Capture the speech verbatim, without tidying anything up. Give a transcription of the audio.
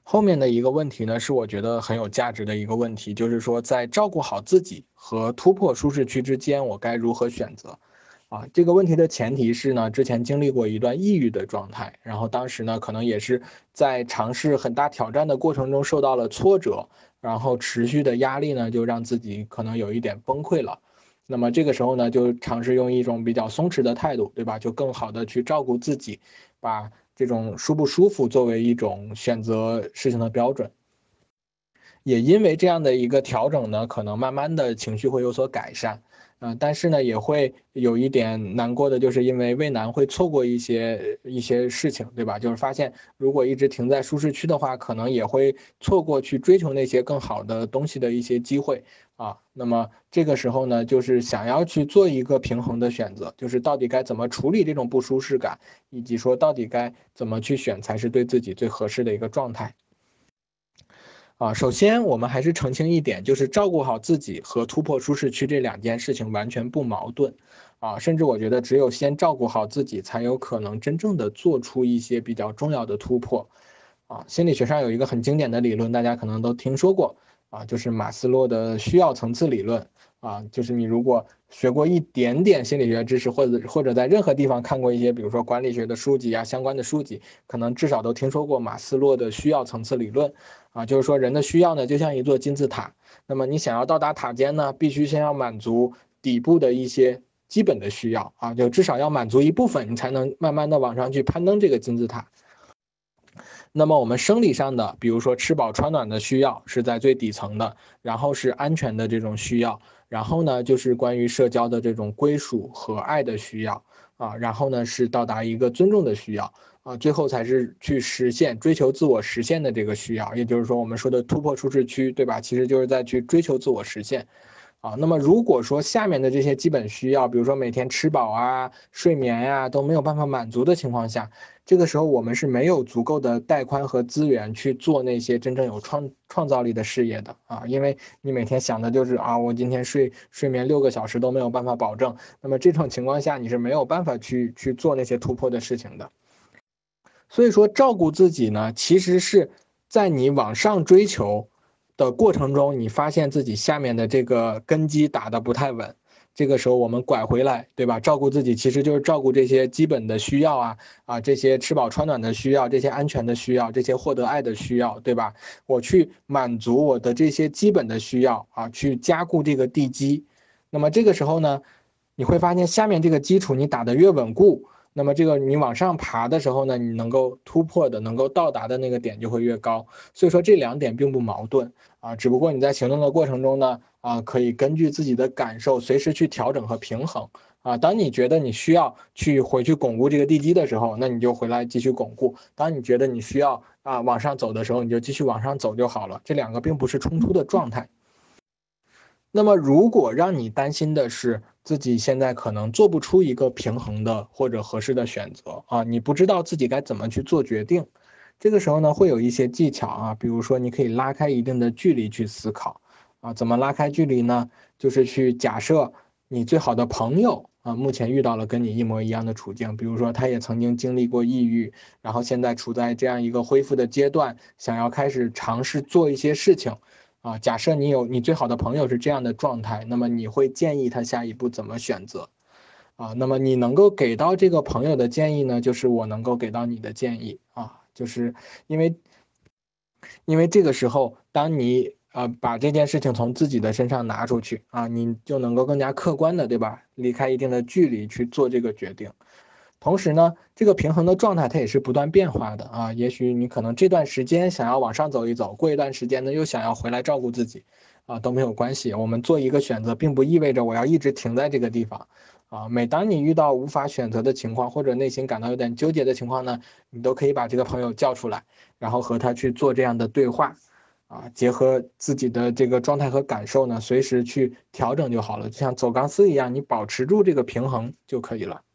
后面的一个问题呢，是我觉得很有价值的一个问题，就是说在照顾好自己和突破舒适区之间，我该如何选择？啊，这个问题的前提是呢，之前经历过一段抑郁的状态，然后当时呢，可能也是在尝试很大挑战的过程中受到了挫折，然后持续的压力呢，就让自己可能有一点崩溃了。那么这个时候呢，就尝试用一种比较松弛的态度，对吧？就更好的去照顾自己，把这种舒不舒服作为一种选择事情的标准。也因为这样的一个调整呢，可能慢慢的情绪会有所改善，嗯、呃，但是呢，也会有一点难过的，就是因为畏难会错过一些一些事情，对吧？就是发现如果一直停在舒适区的话，可能也会错过去追求那些更好的东西的一些机会啊。那么这个时候呢，就是想要去做一个平衡的选择，就是到底该怎么处理这种不舒适感，以及说到底该怎么去选才是对自己最合适的一个状态。啊，首先我们还是澄清一点，就是照顾好自己和突破舒适区这两件事情完全不矛盾，啊，甚至我觉得只有先照顾好自己，才有可能真正的做出一些比较重要的突破。啊，心理学上有一个很经典的理论，大家可能都听说过，啊，就是马斯洛的需要层次理论。啊，就是你如果学过一点点心理学知识，或者或者在任何地方看过一些，比如说管理学的书籍啊，相关的书籍，可能至少都听说过马斯洛的需要层次理论。啊，就是说人的需要呢，就像一座金字塔，那么你想要到达塔尖呢，必须先要满足底部的一些基本的需要啊，就至少要满足一部分，你才能慢慢的往上去攀登这个金字塔。那么我们生理上的，比如说吃饱穿暖的需要是在最底层的，然后是安全的这种需要，然后呢就是关于社交的这种归属和爱的需要啊，然后呢是到达一个尊重的需要啊，最后才是去实现追求自我实现的这个需要，也就是说我们说的突破舒适区，对吧？其实就是在去追求自我实现。啊，那么如果说下面的这些基本需要，比如说每天吃饱啊、睡眠呀、啊、都没有办法满足的情况下，这个时候我们是没有足够的带宽和资源去做那些真正有创创造力的事业的啊，因为你每天想的就是啊，我今天睡睡眠六个小时都没有办法保证，那么这种情况下你是没有办法去去做那些突破的事情的。所以说，照顾自己呢，其实是在你往上追求的过程中，你发现自己下面的这个根基打得不太稳，这个时候我们拐回来，对吧？照顾自己其实就是照顾这些基本的需要啊啊，这些吃饱穿暖的需要，这些安全的需要，这些获得爱的需要，对吧？我去满足我的这些基本的需要啊，去加固这个地基。那么这个时候呢，你会发现下面这个基础你打得越稳固，那么这个你往上爬的时候呢，你能够突破的、能够到达的那个点就会越高。所以说这两点并不矛盾啊，只不过你在行动的过程中呢，啊，可以根据自己的感受随时去调整和平衡啊。当你觉得你需要去回去巩固这个地基的时候，那你就回来继续巩固；当你觉得你需要啊往上走的时候，你就继续往上走就好了。这两个并不是冲突的状态。那么，如果让你担心的是自己现在可能做不出一个平衡的或者合适的选择啊，你不知道自己该怎么去做决定，这个时候呢，会有一些技巧啊，比如说你可以拉开一定的距离去思考啊，怎么拉开距离呢？就是去假设你最好的朋友啊，目前遇到了跟你一模一样的处境，比如说他也曾经经历过抑郁，然后现在处在这样一个恢复的阶段，想要开始尝试做一些事情。啊，假设你有你最好的朋友是这样的状态，那么你会建议他下一步怎么选择？啊，那么你能够给到这个朋友的建议呢，就是我能够给到你的建议啊，就是因为因为这个时候，当你呃把这件事情从自己的身上拿出去啊，你就能够更加客观的，对吧？离开一定的距离去做这个决定。同时呢，这个平衡的状态它也是不断变化的啊。也许你可能这段时间想要往上走一走，过一段时间呢又想要回来照顾自己，啊都没有关系。我们做一个选择，并不意味着我要一直停在这个地方，啊。每当你遇到无法选择的情况，或者内心感到有点纠结的情况呢，你都可以把这个朋友叫出来，然后和他去做这样的对话，啊，结合自己的这个状态和感受呢，随时去调整就好了，就像走钢丝一样，你保持住这个平衡就可以了。